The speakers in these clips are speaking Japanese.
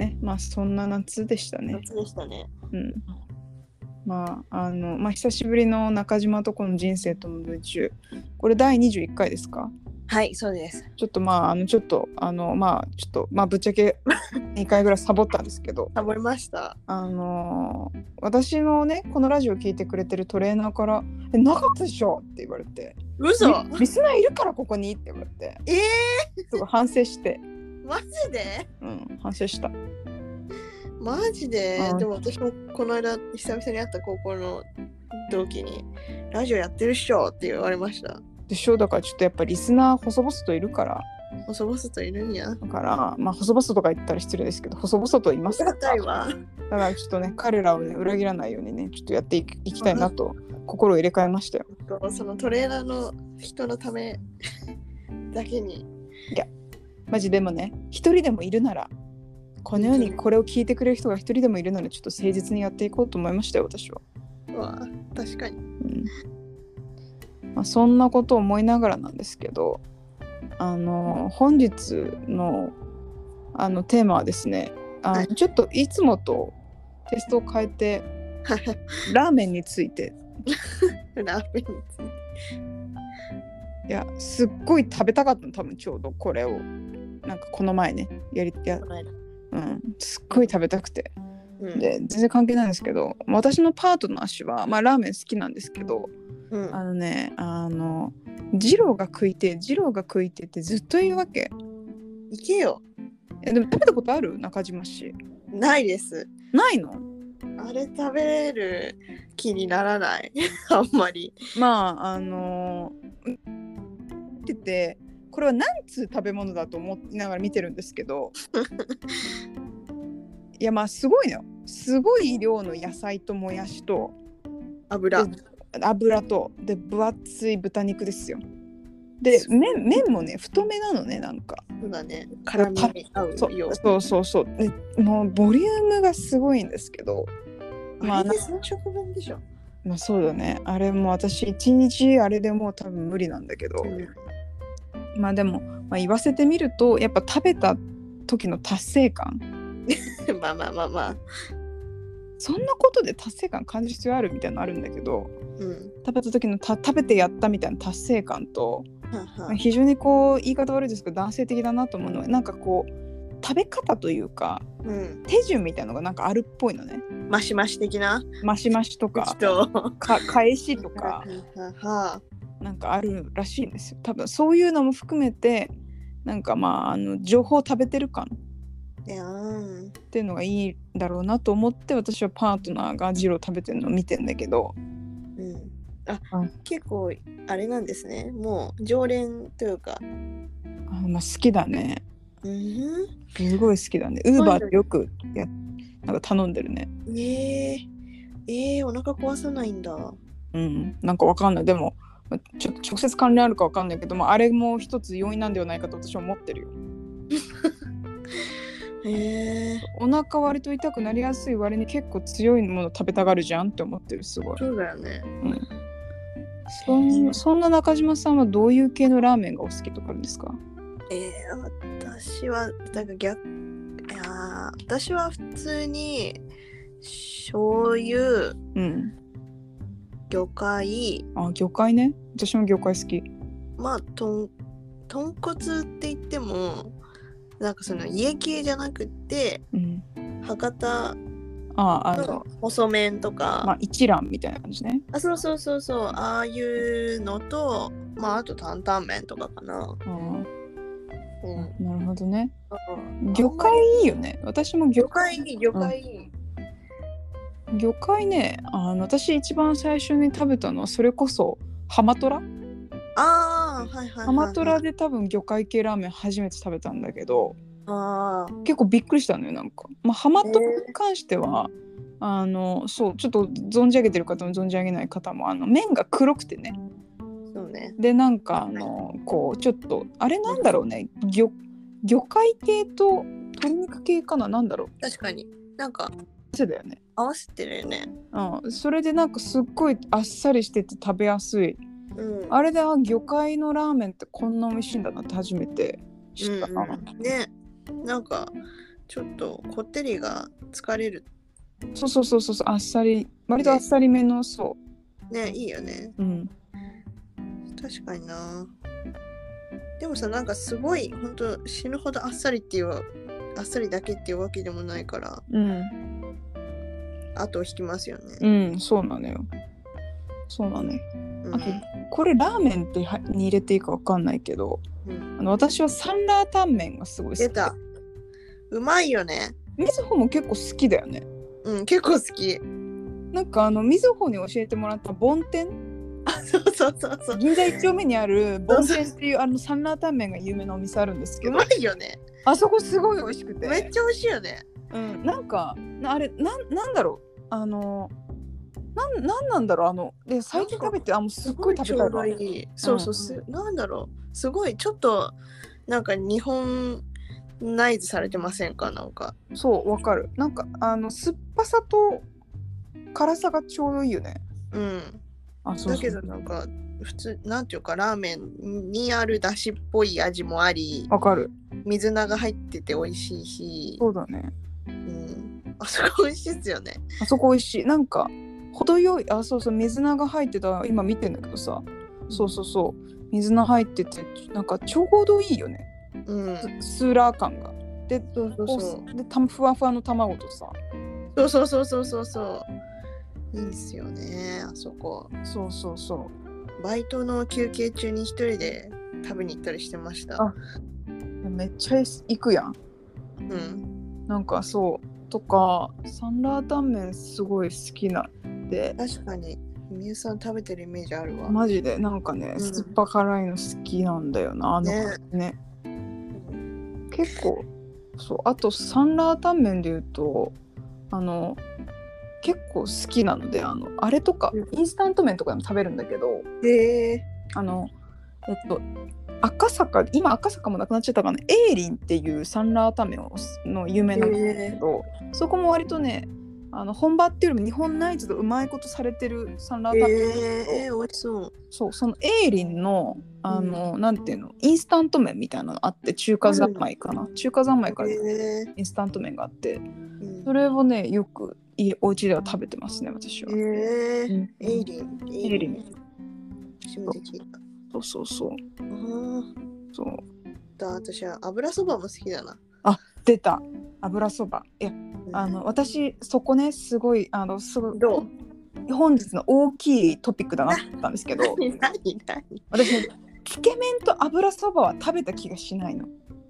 ね。まあそんな夏でしたね。 夏でしたね。 うん。まあ久しぶりの中島とこの人生との夢中。これ第21回ですか？ はい、そうです。 ちょっとぶっちゃけ2回ぐらいサボったんですけど、 サボりました。 私のねこのラジオ聞いてくれてるトレーナーから「なかったでしょ」って言われて、 嘘。 リスナーいるからここにって言われて、すごい反省して、 マジで？ 反省した。 マジで？でも私もこの間久々に会った高校の同期にラジオやってるっしょって言われました。 でしょ。だからちょっとやっぱリスナー細々といるから。 細々といるんや。 だから細々とか言ったら失礼ですけど、細々といますから。だからちょっとね彼らをね裏切らないようにねちょっとやっていきたいなと心を入れ替えましたよ。 そのトレーナーの人のためだけに。 いやマジでもね、一人でもいるなら、この世にこれを聞いてくれる人が一人でもいるならちょっと誠実にやっていこうと思いましたよ私は。 確かに。 そんなことを思いながらなんですけど、本日のテーマはですね、ちょっといつもとテストを変えてラーメンについてラーメンについて、 いやすっごい食べたかったの、多分ちょうどこれをなんかこの前ねすっごい食べたくて、で全然関係ないんですけど、私のパートナー氏はラーメン好きなんですけど、二郎が食いてってずっと言うわけ。 行けよ。 でも食べたことある？中島氏。 ないです。 ないの？ あれ食べれる気にならないあんまり。 っててこれは何つ食べ物だと思いながら見てるんですけどいやすごいのよ。すごい量の野菜ともやしと油とで分厚い豚肉ですよ。で麺もね太めなのね、なんか。 そうだね。辛みに合うよ。 そうでもうボリュームがすごいんですけど、 あれで3食分でしょ。 そうだね。あれも私1日あれでもう多分無理なんだけど、でも、言わせてみるとやっぱ食べた時の達成感まあそんなことで達成感感じる必要あるみたいなのあるんだけど、食べた時の食べてやったみたいな達成感と、非常にこう言い方悪いですけど男性的だなと思うのは、なんかこう食べ方というか、手順みたいなのがなんかあるっぽいのね。 マシマシ的な、 マシマシとか返しとかなんかあるらしいんですよ。多分そういうのも含めてなんか情報を食べてる感っていうのがいいんだろうなと思って、私はパートナーがジロー食べてるのを見てんだけど、 結構あれなんですね。もう常連というか。 好きだね。すごい好きだね。ウーバーでよくなんか頼んでるね。 お腹壊さないんだ。 なんかわかんない。でもちょっと直接関連あるかわかんないけど、あれも一つ要因なんではないかと私は思ってるよ。お腹割と痛くなりやすい割に結構強いもの食べたがるじゃんって思ってる。すごい。 そうだよね。 そんな中島さんはどういう系のラーメンがお好きとかあるんですか？ 私は私は普通に醤油、魚介。 魚介ね。私も魚介好き。 豚骨って言ってもなんかその家系じゃなくて、博多の細麺とか、 一蘭みたいな感じね。 そうああいうのと、あと担々麺とかかな。 なるほどね。魚介いいよね。私も魚介いい。魚介ね、私一番最初に食べたのはそれこそハマトラ。ハマトラで多分魚介系ラーメン初めて食べたんだけど、結構びっくりしたのよ。なんかハマトラに関しては、そうちょっと存じ上げてる方も存じ上げない方も麺が黒くてね。 そうね。 でなんかこうちょっとあれなんだろうね、魚介系と鶏肉系かな、なんだろう。 確かになんかそうだよね。 合わせてるよね。 それでなんかすっごいあっさりしてて食べやすい。あれで魚介のラーメンってこんな美味しいんだなって初めて知ったな。 ね、なんかちょっとこってりが疲れる。 そうあっさり、割とあっさりめの、そうね、いいよね。確かにな。でもさ、なんかすごい本当死ぬほどあっさりっていうあっさりだけっていうわけでもないから、後を引きますよね。 そうなのよ。あとこれラーメンってに入れていいかわかんないけど、私はサンラータンメンがすごい好き。 出た。うまいよね。 みずほも結構好きだよね。 結構好き。 なんかみずほに教えてもらったボンテン、 そう銀座1丁目にあるボンテンっていうサンラータンメンが有名なお店あるんですけど、 うまいよね。 あそこすごい美味しくて、 めっちゃ美味しいよね。 なんかあれなんだろう、なんだろう、で最近食べてもうすっごい食べたいわ。なんだろう、すごいちょっとなんか日本ナイズされてませんか？なんかそうわかる。なんか酸っぱさと辛さがちょうどいいよね。 だけどなんか普通なんていうかラーメンにあるだしっぽい味もあり、 わかる。 水菜が入ってて美味しいし。 そうだね。 あそこ美味しいですよね。 あそこ美味しい。なんか程よい、水菜が入ってた、今見てんだけどさ、水菜入っててなんかちょうどいいよね。スーラー感がで、でふわふわの卵とさ、 いいですよね、あそこ。 そうバイトの休憩中に一人で食べに行ったりしてました。 めっちゃ行くやん。なんかとかサンラータンメンすごい好きなんで。 確かにみゆさん食べてるイメージあるわ。 マジでなんかね、酸っぱ辛いの好きなんだよな、ね。結構あとサンラータンメンで言うと結構好きなので、あれとかインスタント麺とかでも食べるんだけど、赤坂もなくなっちゃったかな、エーリンっていうサンラータンメンの有名なんですけど、そこも割とね本場っていうよりも日本ナイズとうまいことされてるサンラータンメン、 美味しそう。 そのエーリンのなんていうの、インスタント麺みたいなのあって、中華三昧からインスタント麺があって、それをねよくお家では食べてますね、私は。 エイリン。初めて聞いた。私は油そばも好きだな。 出た油そば。いや私そこねすごいどう？ 本日の大きいトピックだなと思ったんですけど何私つけ麺と油そばは食べた気がしないの。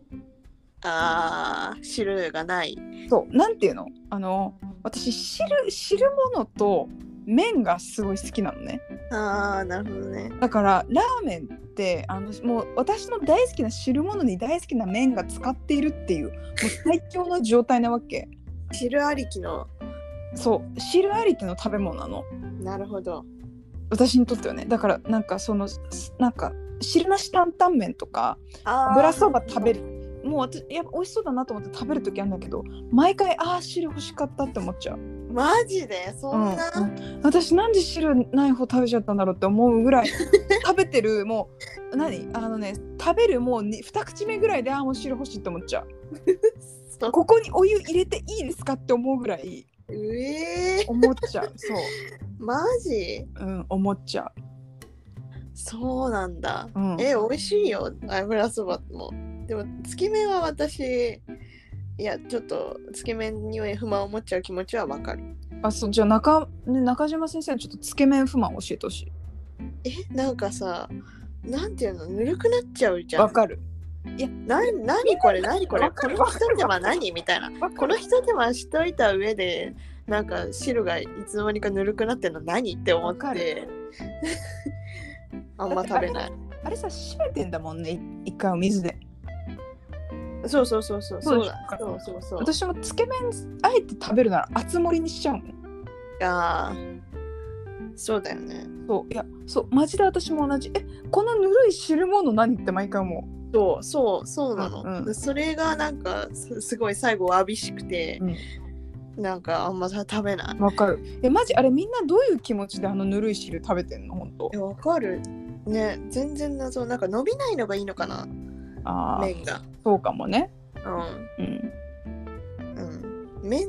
汁がない。 なんていうの、私汁物と麺がすごい好きなのね。 なるほどね。 だからラーメンってもう私の大好きな汁物に大好きな麺が使っているっていう、もう最強の状態なわけ。 汁ありきの汁ありきの食べ物なの。なるほど。 私にとってはね。だからなんか汁なし担々麺とか油そば食べる、もう私やっぱ美味しそうだなと思って食べるときあるんだけど、毎回汁欲しかったって思っちゃう。 マジでそんな、 私なんで汁ない方食べちゃったんだろうって思うぐらい食べてる。もう食べるもう2口目ぐらいでもう汁欲しいって思っちゃうここにお湯入れていいですかって思うぐらい思っちゃう。 マジ？ 思っちゃう。 そうなんだ。美味しいよ油そばも。でもつけ麺は私ちょっとつけ麺に不満を持っちゃう気持ちはわかる。 じゃあ中島先生、ちょっとつけ麺不満教えてほしい。なんかさ、なんていうの、ぬるくなっちゃうじゃん。 わかる。 何これこの一手間何みたいな。この一手間しといた上でなんか汁がいつの間にかぬるくなってんの何って思ってあんま食べない。 あれさ、締めてんだもんね、一回お水で。 そうだ。 私もつけ麺あえて食べるなら熱盛りにしちゃうの。 そうだよね。 マジで私も同じ。このぬるい汁物何って毎回思う。 そうなの、それがなんかすごい最後わびしくて、なんかあんま食べない。 わかる。マジあれみんなどういう気持ちでぬるい汁食べてんの？本当。 わかるね。全然謎。なんか伸びないのがいいのかな、麺が。 そうかもね。 麺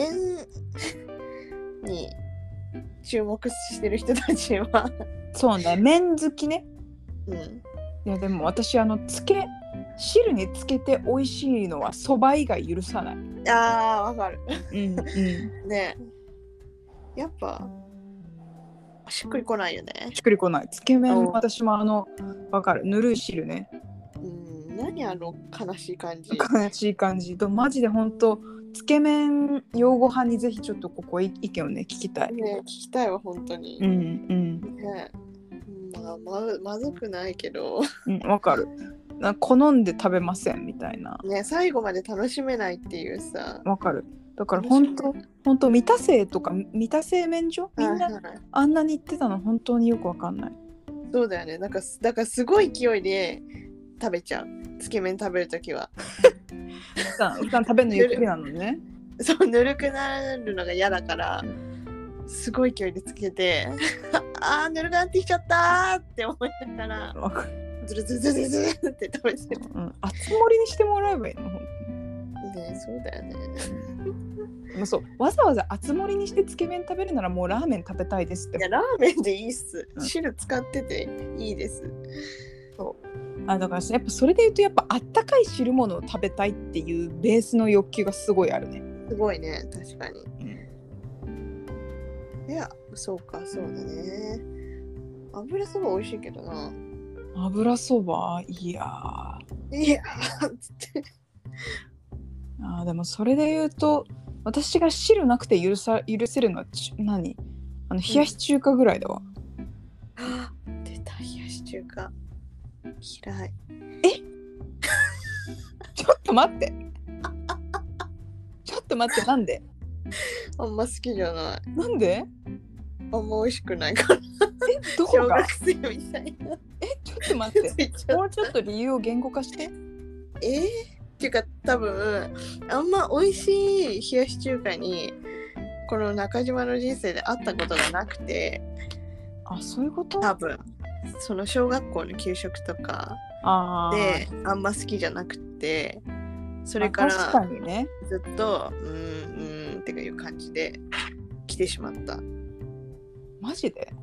に注目してる人たちはそうね、麺好きね。 うん。 いやでも私汁につけて美味しいのはそば以外許さない。 あーわかる。 うんうん。 ねやっぱしっくりこないよね。 しっくりこない。つけ麺私もわかる。ぬるい汁ね。 何悲しい感じ。 悲しい感じとマジで本当つけ麺擁護派にぜひちょっとここ意見をね聞きたい。 ね聞きたいわ本当に。ねまずくないけど。 わかる。好んで食べませんみたいな。 ね最後まで楽しめないっていうさ。 わかる。だから本当三田製とか三田製麺所みんなあんなに言ってたの本当によくわかんない。 そうだよね。だからすごい勢いで食べちゃう。つけ麺食べるときは。 普段食べるのゆっくりなのね。 そうぬるくなるのが嫌だからすごい勢いでつけてぬるくなってきちゃったって思いながらズルズルズルズルって食べてる。 熱盛りにしてもらえばいいの本当に。ねそうだよね。 そうわざわざ熱盛りにしてつけ麺食べるならもうラーメン食べたいですって。 いやラーメンでいいっす。汁使ってていいです。 そうだからやっぱそれで言うとやっぱあったかい汁物を食べたいっていうベースの欲求がすごいあるね。 すごいね確かに。いやそうかそうだね。油そば美味しいけどな。油そばいやつってでもそれで言うと私が汁なくて許せるのは何冷やし中華ぐらいだわ。 出た冷やし中華嫌い。 ちょっと待ってなんであんま好きじゃない。 なんであんま美味しくないから。 どこが小学生みたいな。 ちょっと待ってもうちょっと理由を言語化して。 っていうか多分あんま美味しい冷やし中華にこの中島の人生で会ったことがなくて。 そういうこと？ 多分その小学校の給食とかであんま好きじゃなくてそれから確かにねずっとっていう感じで来てしまった。 マジで？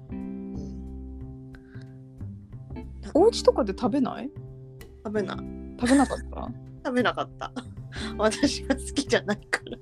お家とかで食べない？ 食べなかった食べなかった私が好きじゃないから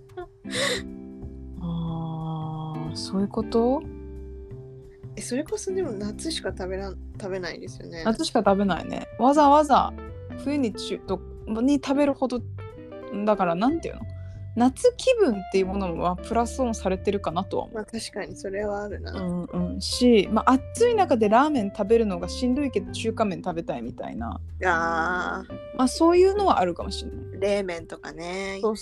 そういうこと？ それこそでも夏しか食べないですよね。 夏しか食べないね。わざわざ冬に食べるほどだからなんていうの夏気分っていうものはプラスオンされてるかなとは思う。 確かにそれはあるな。 し、暑い中でラーメン食べるのがしんどいけど中華麺食べたいみたいなそういうのはあるかもしれない。 冷麺とかね。そう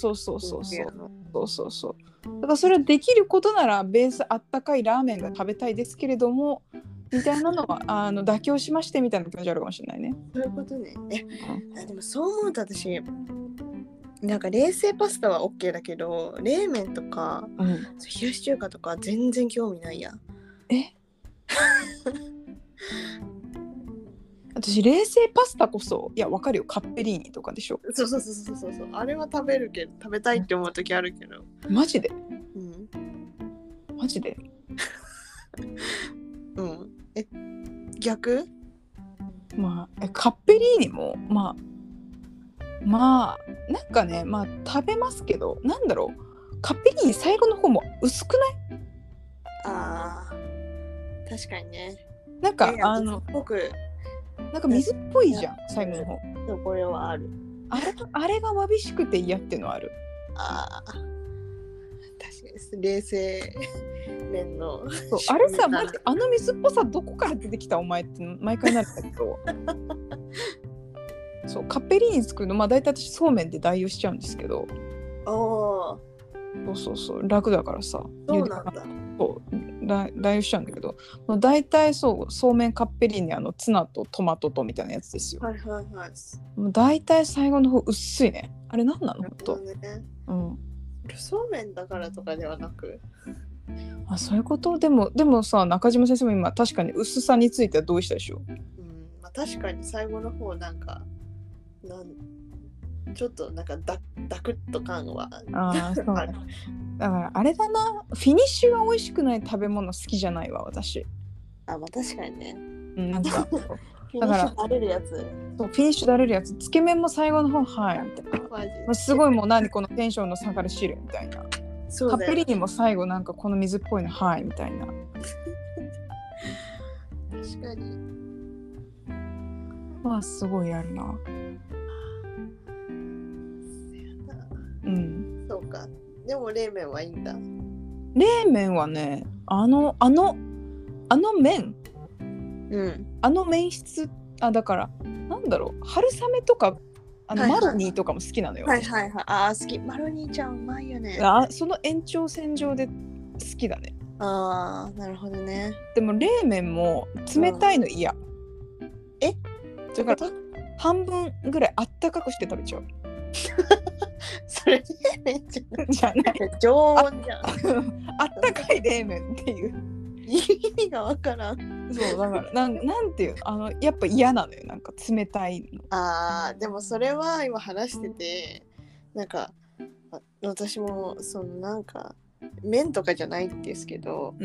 だからそれはできることならベースあったかいラーメンが食べたいですけれどもみたいなのは妥協しましてみたいな気持ちあるかもしれないね。 そういうことね。でもそう思うと私なんか冷製パスタは OK だけど冷麺とか、冷やし中華とか全然興味ないや。 私冷製パスタこそわかるよ。カッペリーニとかでしょ。 そうあれは食べたいって思う時あるけど。 マジで？マジで？ 逆？ カッペリーニもなんかね食べますけどなんだろうカッペリーニ最後の方も薄くない？ 確かにね。 なんかなんか水っぽいじゃん最後の方。 これはある。 あれがわびしくて嫌っていうのはある。 確かに冷製麺のあれさマジ水っぽさどこから出てきたお前って毎回なるんだけどそうカッペリーニ作るの大体私そうめんで代用しちゃうんですけどそう楽だからさそうなんだ。 代用しちゃうんだけど大体そうめんカッペリーニツナとトマトとみたいなやつですよ。大体最後の方薄いね。あれ何なのほんと、 そうめんだからとかではなくそういうこと。でもさ中島先生も今確かに薄さについては同意したでしょ。 確かに最後の方ちょっとなんかダクッと感はそうだからあれだな、フィニッシュが美味しくない食べ物好きじゃないわ私。 まあ確かにね。 なんかフィニッシュ垂れるやつ。 そう、フィニッシュ垂れるやつ、つけ麺も最後の方はいみたいな、すごいもう何このテンションの下がる汁みたいな。カペリーニも最後なんかこの水っぽいのはいみたいな。 確かに。 まあすごいあるな。 そうか。でも冷麺はいいんだ。 冷麺はね、あの麺、あの麺質、だからなんだろう、春雨とかマロニーとかも好きなのよ。 はい。好き。マロニーちゃんうまいよね。 その延長線上で好きだね。 なるほどね。 でも冷麺も冷たいの嫌。だから半分ぐらいあったかくして食べちゃう。 それ冷麺じゃない。 常温じゃん。 あったかい冷麺っていう。 意味がわからん。 そうだからなんていうやっぱ嫌なのよ、なんか冷たいの。でもそれは今話してて、なんか私もそのなんか麺とかじゃないんですけど、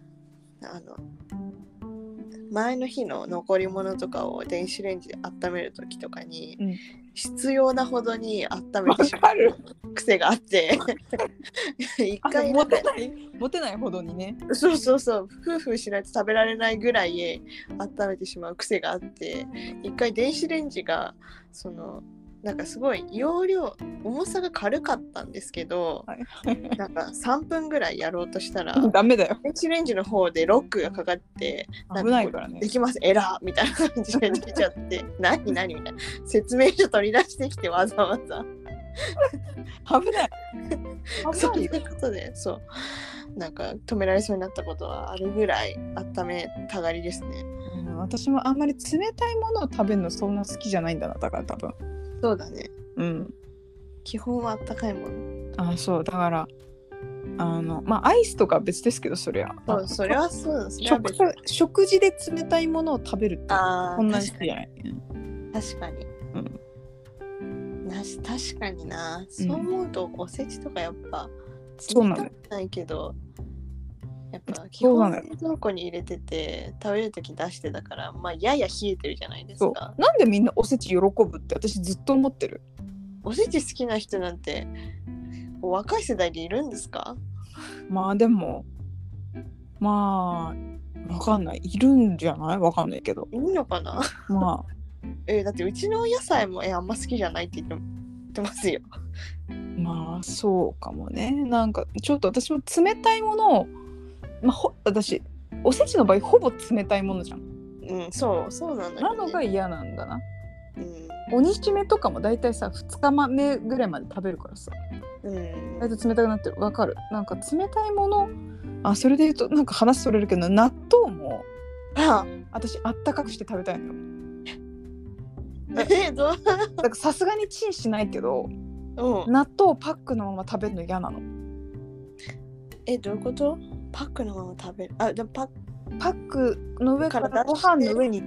前の日の残り物とかを電子レンジで温める時とかに、必要なほどに温めてしまう癖があって一回持てないほどにね。 そう夫婦しないと食べられないぐらい温めてしまう癖があって、一回電子レンジがそのなんかすごい容量重さが軽かったんですけど、なんか3分ぐらいやろうとしたらダメだよ。 電子レンジの方でロックがかかって危ないからね。 できますエラーみたいな感じで出ちゃって何みたいな説明書取り出してきてわざわざ危ないそういうことでなんか止められそうになったことはあるぐらい温めたがりですね。 私もあんまり冷たいものを食べるのそんな好きじゃないんだな、だから多分。 そうだね。基本はあったかいもの。 そうだからアイスとかは別ですけど、それはそう食事で冷たいものを食べるってこんなに好きじゃない。 確かに。確かにな。そう思うとおせちとかやっぱ冷たくないけど、やっぱ基本冷蔵庫に入れてて食べるとき出してたから、やや冷えてるじゃないですか。 なんでみんなおせち喜ぶって私ずっと思ってる。 おせち好きな人なんて若い世代でいるんですか？ でもわかんない、いるんじゃない？わかんないけど。 いいのかな。だってうちのお野菜もあんま好きじゃないって言ってますよ。 そうかもね。なんかちょっと私も冷たいものを私おせちの場合ほぼ冷たいものじゃん。そうなんだよね。なのが嫌なんだな。おにしめとかもだいたいさ2日目ぐらいまで食べるからさ、だいたい冷たくなってる。わかる。なんか冷たいもの、それで言うとなんか話それるけど、納豆も私あったかくして食べたいのよ。だからさすがにチンしないけど、納豆パックのまま食べるの嫌なの。 どういうこと？パックのまま食べる。でもパックの上からご飯の上に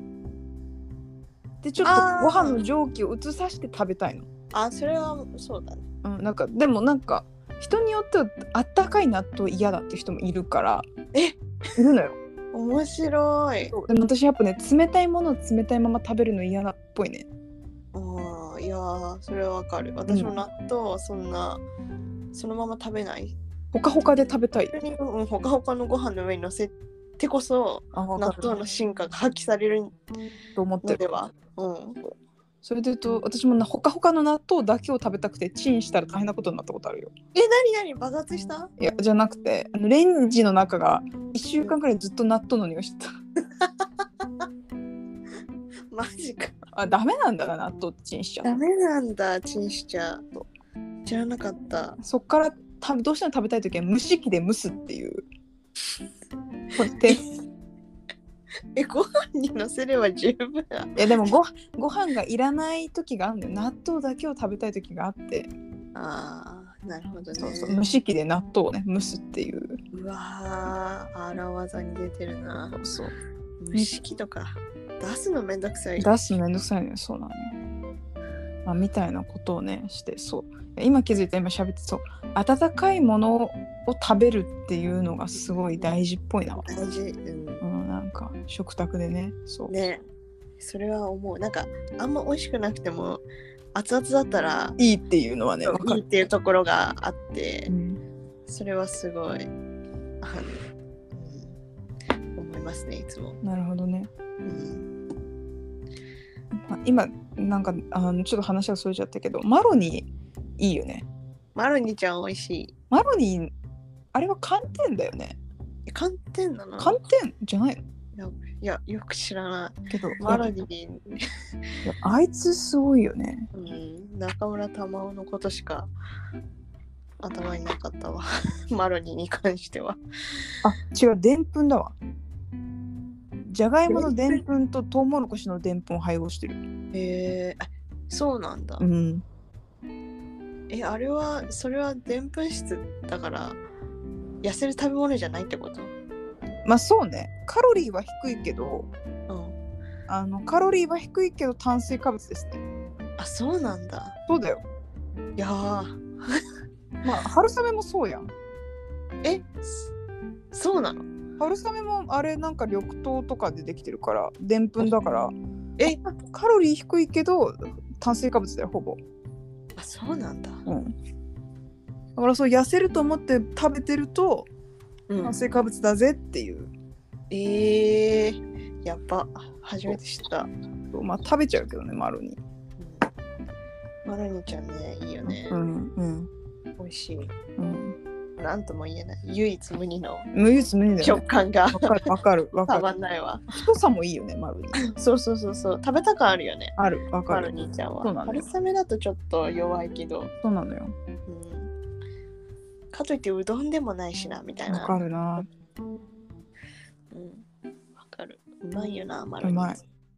でちょっとご飯の蒸気を移さして食べたいの。 それはそうだね。 なんかでもなんか人によってはあったかい納豆嫌だって人もいるからいるのよ。 面白い。 でも私やっぱね、冷たいものを冷たいまま食べるの嫌だっぽいね。 いやそれはわかる。私も納豆そんなそのまま食べない。 ほかほかで食べたい。 ほかほかのご飯の上に乗せてこそ納豆の進化が発揮されると思ってる。 では。 それで言うと私もほかほかの納豆だけを食べたくてチンしたら大変なことになったことあるよ。 何爆発した？ いやじゃなくてレンジの中が1週間くらいずっと納豆の匂いしてた。 マジか。 ダメなんだな、納豆チンしちゃう。 ダメなんだ、チンしちゃう。知らなかった。 そっからどうしても食べたいときは蒸し器で蒸すっていう。 ご飯にのせれば十分だ。 でもご飯がいらない時があるんだよ。納豆だけを食べたい時があって。 なるほどね。 蒸し器で納豆をね蒸すっていう。 うわー、荒技に出てるな。 そう蒸し器とか出すのめんどくさい。 出すのめんどくさいね。そうなのよ。 まあ、みたいなことをねして、そう今気づいた、今喋って、そう温かいものを食べるっていうのがすごい大事っぽいな。 大事、 なんか食卓でね、そうね、それは思う。なんかあんま美味しくなくても熱々だったらいいっていうのはね、 いいっていうところがあって、それはすごい思いますね、いつも。 なるほどね。今なんかちょっと話はそれちゃったけど、マロニーいいよね。 マロニーちゃん美味しい。 マロニーあれは寒天だよね。 寒天なの？ 寒天じゃないの？ いやよく知らないけど、 マロニーあいつすごいよね。 中村玉緒のことしか頭になかったわマロニーに関しては。 あ、違う、でんぷんだわ。じゃがいものでんぷんとトウモロコシのでんぷんを配合してる。 そうなんだ。あれはそれはでんぷん質だから痩せる食べ物じゃないってこと？ まあそうね、カロリーは低いけど、カロリーは低いけど炭水化物ですね。 あ、そうなんだ。 そうだよ。 いやまあ春雨もそうやん。 そうなの？ 春雨もあれなんか緑豆とかでできてるからでんぷんだから、カロリー低いけど炭水化物だよ、ほぼ。 あ、そうなんだ。 だからそう痩せると思って食べてると、炭水化物だぜっていう。 やっぱ初めて知った。 まあ食べちゃうけどね、マロニー。 マロニーちゃんね、いいよね。美味しい。なんとも言えない。唯一無二の食感がわかる。 たまんないわ。 太さもいいよね、マロニー。 そう。食べた感あるよね。 ある、わかる。 マロニーちゃんは。春雨だとちょっと弱いけど。 そうなのよ。 かといってうどんでもないしなみたいな。 わかるな。 わかる。うまいよな、マロニー。 うまい。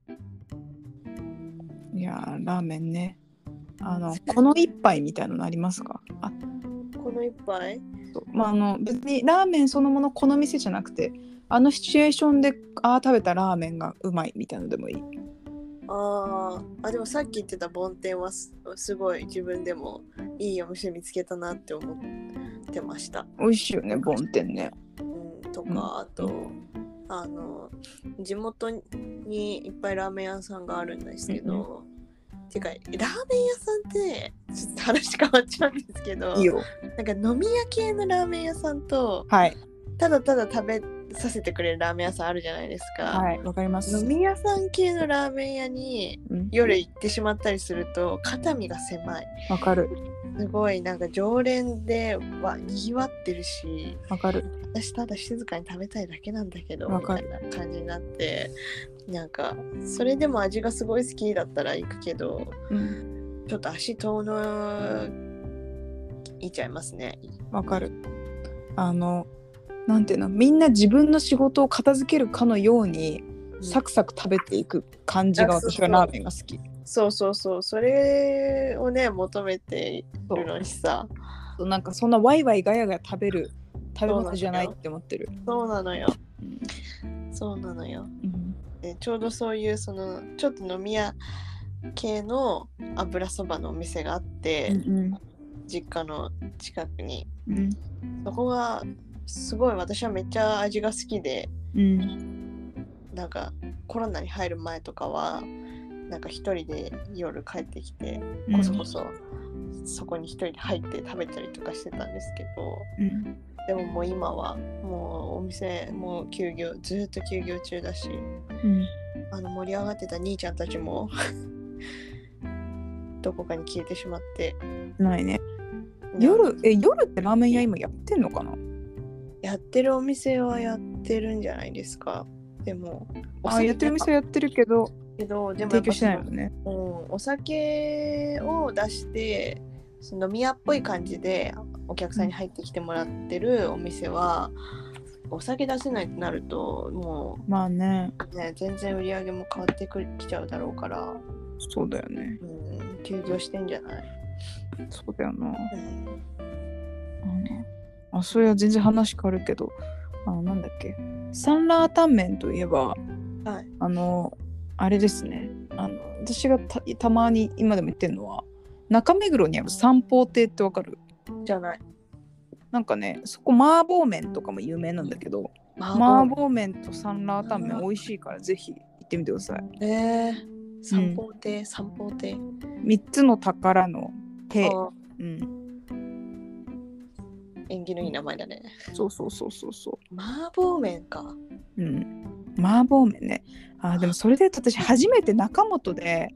いやー、ラーメンね。この一杯みたいなのありますか？ この一杯？ 別にラーメンそのものこの店じゃなくて、シチュエーションで食べたラーメンがうまいみたいなのでもいい。 でもさっき言ってた梵天はすごい自分でもいいお店見つけたなって思ってました。 美味しいよね、梵天ね。 とか、あと地元にいっぱいラーメン屋さんがあるんですけど、てかラーメン屋さんってちょっと話変わっちゃうんですけど、いいよ。なんか飲み屋系のラーメン屋さんと、ただただ食べさせてくれるラーメン屋さんあるじゃないですか。はい、わかります。飲み屋さん系のラーメン屋に夜行ってしまったりすると肩身が狭い。 わかる。 すごいなんか常連でにぎわってるし、 わかる。 私ただ静かに食べたいだけなんだけどみたいな感じになって、なんかそれでも味がすごい好きだったら行くけど、ちょっと足遠のいちゃいますね。 わかる。なんていうの、みんな自分の仕事を片付けるかのように、サクサク食べていく感じが私はラーメンが好き。 そうそれをね求めているのにさ、 なんかそんなワイワイガヤガヤ食べ物じゃないって思ってる。 そうなのよ、そうなのよ、でちょうどそういうそのちょっと飲み屋系の油そばのお店があって、実家の近くに、そこがすごい私はめっちゃ味が好きで、なんかコロナに入る前とかはなんか一人で夜帰ってきてこそこそそこに一人で入って食べたりとかしてたんですけど、でももう今はもうお店もうずっと休業中だし、盛り上がってた兄ちゃんたちもどこかに消えてしまってないね。夜ってラーメン屋今やってんのかな？ やってるお店はやってるんじゃないですか。でもやってるお店やってるけどでも提供しないもんね。 お酒を出してその飲み屋っぽい感じでお客さんに入ってきてもらってるお店は、お酒出せないとなるともうまあね全然売り上げも変わってきちゃうだろうから。 そうだよね。 休業してんじゃない？ そうだよな。それは全然話変わるけど、なんだっけ、サンラータンメンといえば、あれですね、 私がたまに今でも言ってるのは中目黒にある三宝亭ってわかる？ じゃない。 なんかねそこ麻婆麺とかも有名なんだけど、麻婆麺とサンラータン麺美味しいからぜひ行ってみてください。 三宝亭、三宝亭。 3つの宝の亭。 縁起のいい名前だね。 そう。 麻婆麺か。 麻婆麺ね。でもそれで私初めて中本で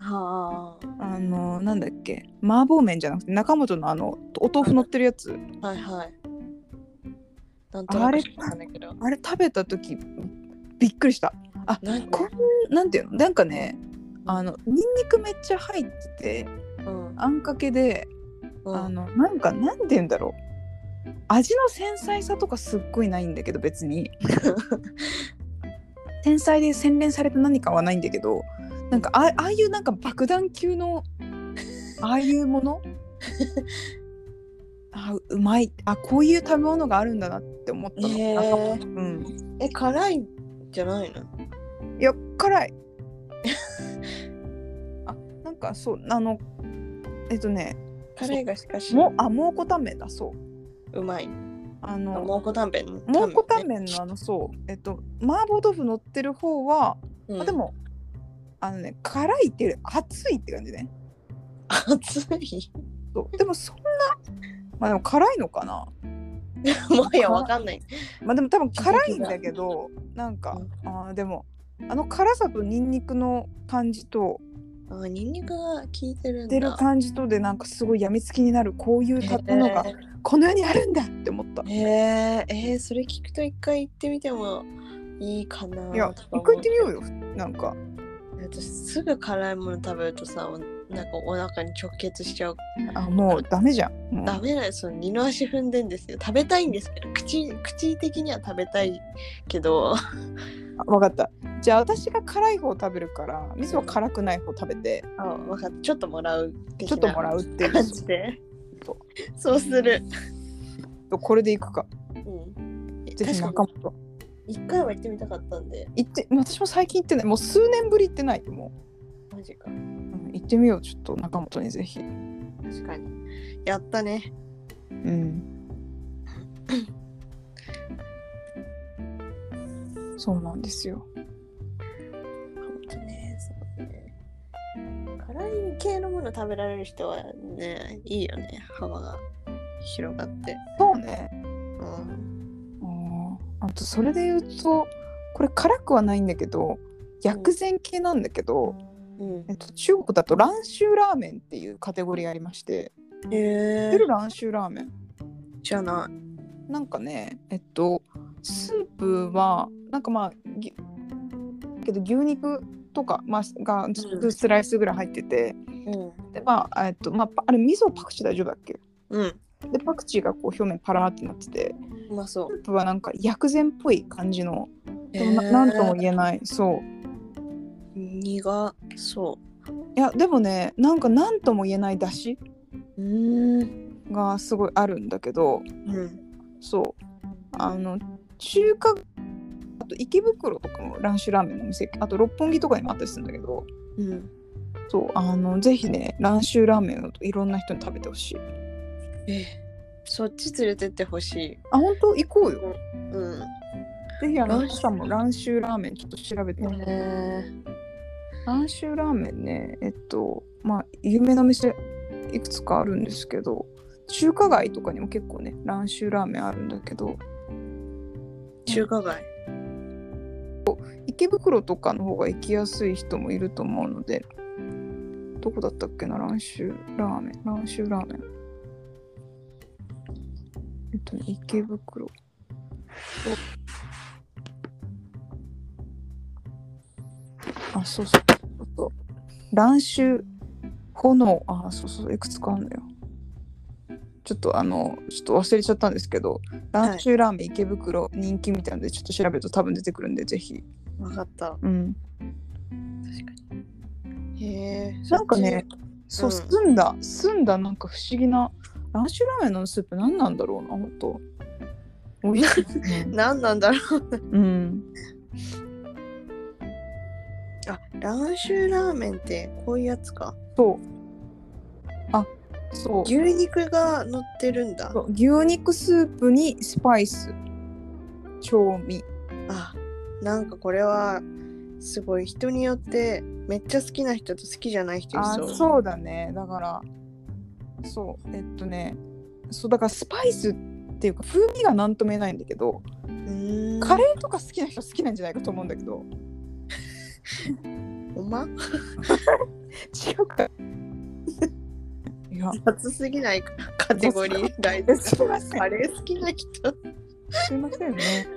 なんだっけ、麻婆麺じゃなくて中本のお豆腐乗ってるやつ。 はいはい。 あれ食べた時びっくりした。なんていうの、なんかねニンニクめっちゃ入ってて、あんかけで、なんていうんだろう、味の繊細さとかすっごいないんだけど別に繊細で洗練された何かはないんだけど、なんかああいうなんか爆弾級のああいうものうまい、こういう食べ物があるんだなって思ったの。 辛いじゃないの？ いや辛いなんかそう辛いがしかし蒙古タンメンだ。そううまい。蒙古タンメンのそう麻婆豆腐乗ってる方は、でも辛いっていうより熱いって感じね。 熱い？ でもそんなでも辛いのかなもうわかんない。 でも多分辛いんだけどなんか、でも辛さとニンニクの感じとニンニクが効いてるんだ。 出る感じとでなんかすごいやみつきになる、こういう建物がこの世にあるんだって思った。 それ聞くと一回行ってみてもいいかな。 いや一回行ってみようよ。なんか私すぐ辛いもの食べるとさ、なんかお腹に直結しちゃう。 もうダメじゃん。 ダメだよ。二の足踏んでんですよ。食べたいんですけど、口的には食べたいけど分かった。じゃあ私が辛い方食べるからみそは辛くない方食べて。 分かった。ちょっともらう的なっていう感じでそうする。 これでいくか。ぜひ中本一回は行ってみたかったんで。 私も最近行ってない。もう数年ぶり行ってない。もうマジか。 行ってみよう。ちょっと中本にぜひ。 確かにやったね。 そうなんですよ。 辛い系のもの食べられる人はね、いいよね。幅が広がって。 そうね。あとそれで言うとこれ辛くはないんだけど薬膳系なんだけど、中国だと蘭州ラーメンっていうカテゴリーありまして、知ってる？蘭州ラーメンじゃない。 なんかねスープはなんかけど牛肉とか、がスライスぐらい入ってて、であれ味噌パクチー大丈夫だっけ？でパクチーがこう表面パラーってなってて、 うまそう。 スープはなんか薬膳っぽい感じの、なんとも言えない。 苦そう。 いやでもねなんとも言えない出汁がすごいあるんだけど、中華、あと池袋とかも蘭州ラーメンのお店、あと六本木とかにもあったりするんだけど、ぜひね蘭州ラーメンをいろんな人に食べてほしい。 そっち連れてってほしい。 本当？行こうよ。ぜひ皆さんも蘭州ラーメンちょっと調べてみて。蘭州ラーメンね有名な店いくつかあるんですけど、中華街とかにも結構ね蘭州ラーメンあるんだけど。 中華街？ 池袋とかの方が行きやすい人もいると思うので、どこだったっけな、蘭州ラーメン池袋そう蘭州炎いくつかあるんだよ。ちょっと忘れちゃったんですけど、蘭州ラーメン池袋人気みたいなのでちょっと調べると多分出てくるんでぜひ。 分かった。確かに。 なんかね澄んだなんか不思議な蘭州ラーメンのスープ何なんだろうな、本当美味しいですね。 何なんだろう。 あ、蘭州ラーメンってこういうやつか。 そうあそう牛肉が乗ってるんだ。 牛肉スープにスパイス調味。 あ、なんかこれはすごい人によってめっちゃ好きな人と好きじゃない人いそう。 そうだね。だからそうそうだからスパイスっていうか風味がなんとも言えないんだけど、カレーとか好きな人好きなんじゃないかと思うんだけど。 おま違うか。いや雑すぎないカテゴリー大事。 すいません。 カレー好きな人すいませんね。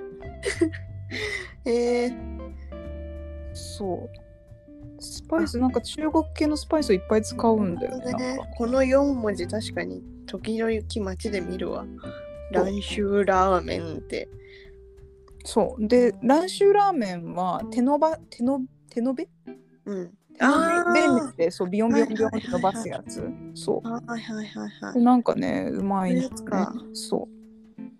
そうスパイスなんか中国系のスパイスをいっぱい使うんだよね。 この4文字確かに時々街で見るわ。蘭州ラーメンって。 そうで蘭州ラーメンは手延べうん手延べでそうビヨンビヨンビヨンって伸ばすやつ。そうはいはいはいはい。 なんかねうまいやつか。 そう。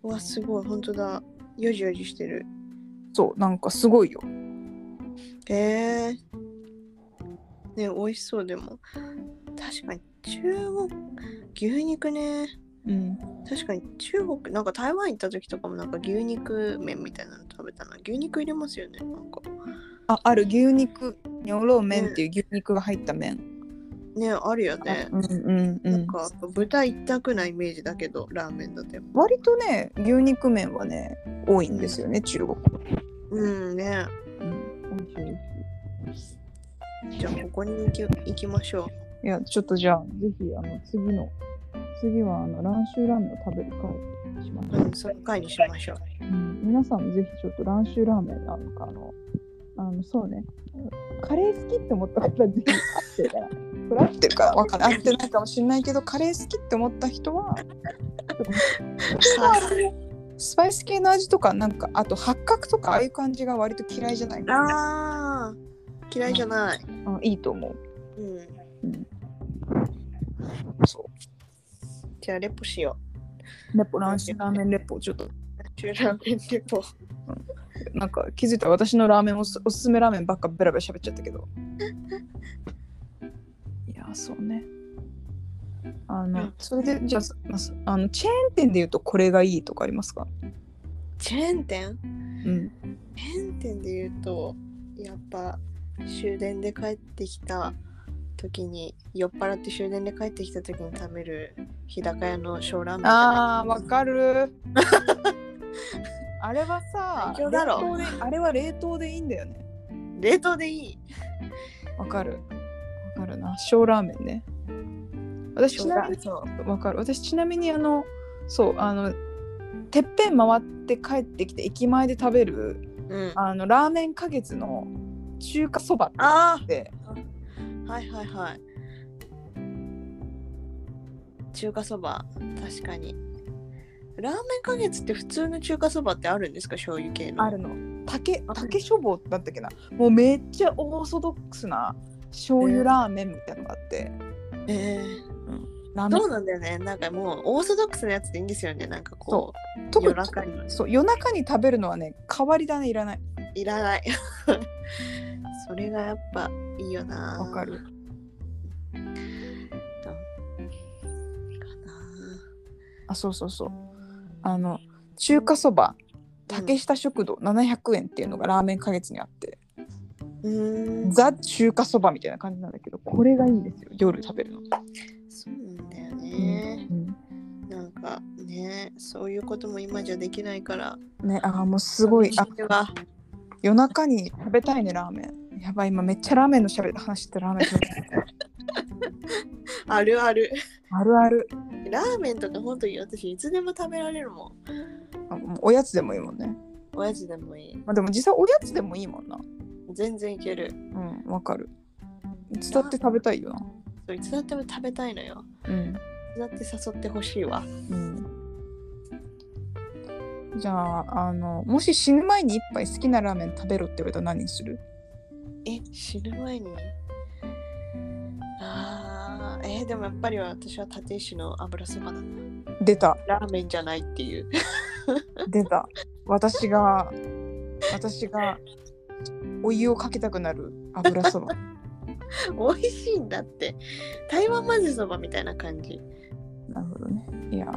わすごい本当だ。よじよじしてる。 そうなんかすごいよ。 ね美味しそうでも確かに中国牛肉ね。確かに中国なんか台湾行った時とかもなんか牛肉麺みたいなの食べたな。牛肉入れますよねなんか。 ある牛肉ニョロ麺っていう牛肉が入った麺ねあるよね。なんか豚一択なイメージだけどラーメンだと割とね牛肉麺はね多いんですよね、中国。 ね。じゃあここに行きましょう。いやちょっとじゃあぜひ次は蘭州ラーメンを食べる会にしましょう。 その会にしましょう。 皆さんもぜひちょっと蘭州ラーメンそうねカレー好きって思った方ぜひ合ってるからこれ合ってるから分かんない合ってないかもしれないけどカレー好きって思った人はスパイス系の味とかなんかあと八角とかああいう感じが割と嫌いじゃないかな。嫌いじゃない。 いいと思う。そうじゃあレポしよう。蘭州ラーメンレポちょっと。 蘭州ラーメンレポ。 なんか気づいたら私のラーメンおすすめラーメンばっかベラベラ喋っちゃったけど。いやそうね。それでじゃあチェーン店で言うとこれがいいとかありますか？ チェーン店？チェーン店で言うとやっぱ終電で帰ってきた時に酔っ払って終電で帰ってきた時に食べる日高屋の小ラーメン。 わかる。あれはさあれは冷凍でいいんだよね。 冷凍でいい。 わかるな小ラーメンね。私ちなみにわかる。私ちなみにてっぺん回って帰ってきて駅前で食べる、ラーメン花月の中華そばってはい中華そば確かに。ラーメン花月って普通の中華そばってあるんですか？醤油系の。 あるの。竹書房だったっけな。もうめっちゃオーソドックスな醤油ラーメンみたいなのがあって。 そうなんだよね。なんかもうオーソドックスなやつでいいんですよね。なんかこう夜中に食べるのはね代わりだね。いらないそれがやっぱいいよな。 わかる。そう中華そば竹下食堂700円っていうのがラーメン花月にあって、ザ中華そばみたいな感じなんだけどこれがいいんですよ夜食べるの。 そうなんだよね。なんかねそういうことも今じゃできないからね。もうすごい夜中に食べたいねラーメン。やばい今めっちゃラーメンの話してラーメンあるあるラーメンとか本当に私いつでも食べられるもん。 おやつでもいいもんね。 おやつでもいい。 でも実際おやつでもいいもんな。 全然いける。 わかる。いつだって食べたいよな。 いつだっても食べたいのよ。いつだって誘ってほしいわ。 じゃあもし死ぬ前に一杯好きなラーメン食べろって言われたら何にする？ 死ぬ前にでもやっぱり私は立石の油そばだな。 出た。 ラーメンじゃないっていう出た。私がお湯をかけたくなる油そば。 美味しいんだって。台湾混ぜそばみたいな感じ。 なるほどね。いや、はい。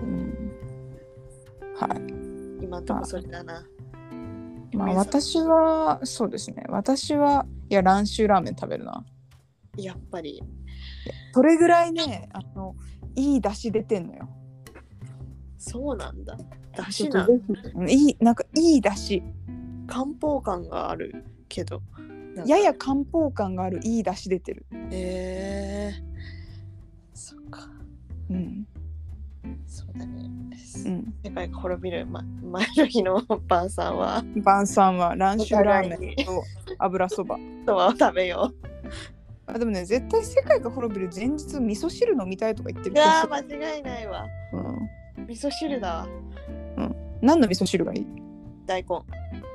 今んとこそれだな。 まあ私はそうですね。私はいや蘭州ラーメン食べるな。 やっぱり。 それぐらいね、いい出汁出てんのよ。 そうなんだ。出汁なんかいい出汁。 漢方感があるけど。 やや漢方感があるいい出汁出てる。 そっか。 うん。 そうだね。 うん。 世界が滅びる、前の日の晩さんは蘭州ラーメンと油そばを食べよう。でもね、絶対世界が滅びる前日味噌汁飲みたいとか言ってる。 いや間違いないわ。味噌汁だわ。 何の味噌汁がいい？ 大根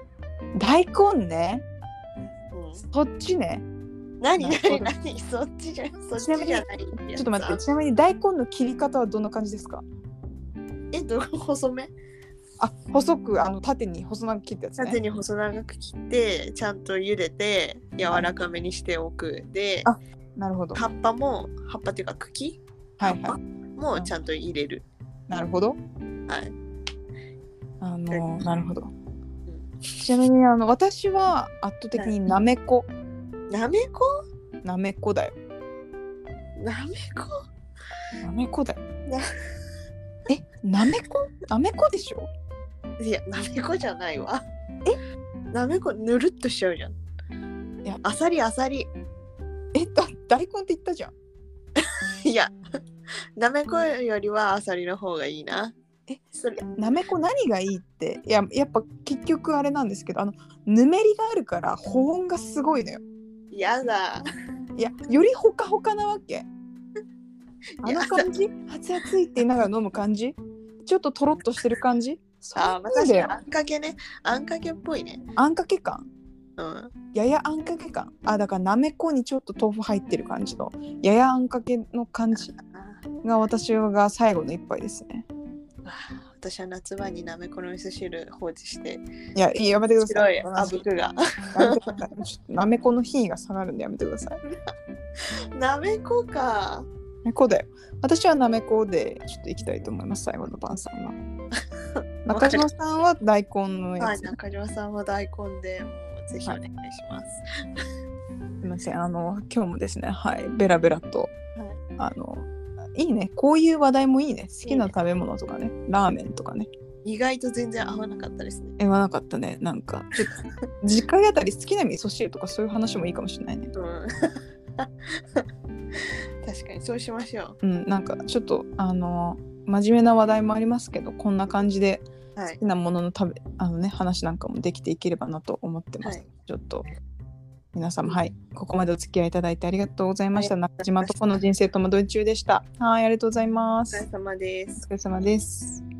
ね。そっちね。 何そっちじゃない。ちょっと待って、ちなみに大根の切り方はどんな感じですか？ 細め？ 細く縦に細長く切ったやつね。 縦に細長く切ってちゃんと茹でて柔らかめにしておく。で、 なるほど。 葉っぱっていうか茎？葉っぱもちゃんと入れる。 なるほど。 はい。 なるほど。ちなみに私は圧倒的になめこ。なめこだよ。 なめこだよ。 なめこでしょ？ いや、なめこじゃないわ。なめこぬるっとしちゃうじゃん。いや、あさり。大根って言ったじゃん。 いや、なめこよりはあさりの方がいいな。 なめこ何がいいって、やっぱ結局あれなんですけど、ぬめりがあるから保温がすごいのよ。 やだ。 いや、よりほかほかなわけ。感じ、熱々いって言いながら飲む感じ、ちょっととろっとしてる感じ。 確かにあんかけね。あんかけっぽいね。 あんかけ感。ややあんかけ感。だからなめこにちょっと豆腐入ってる感じのややあんかけの感じが私が最後の一杯ですね。 私は夏場になめこの味噌汁放置して。 いやめてください。 白いあぶくが。 なめこの品位が下がるんでやめてください。なめこか。 なめこだよ。私はなめこでちょっと行きたいと思います。最後の晩さんは。中島さんは大根のやつ。 はい、中島さんは大根でもうぜひお願いします。 すみません。今日もですね、ベラベラと、いいね。こういう話題もいいね。好きな食べ物とかね、ラーメンとかね。 意外と全然合わなかったですね。 合わなかったね。なんかちょっと次回あたり好きな味噌汁とかそういう話もいいかもしれないね。 確かにそうしましょう。なんかちょっと真面目な話題もありますけど、こんな感じで好きなものの話なんかもできていければなと思ってます。ちょっと皆様ここまでお付き合いいただいてありがとうございました。中島とこの人生ともどい中でした。ありがとうございます。 お疲れ様です。 お疲れ様です。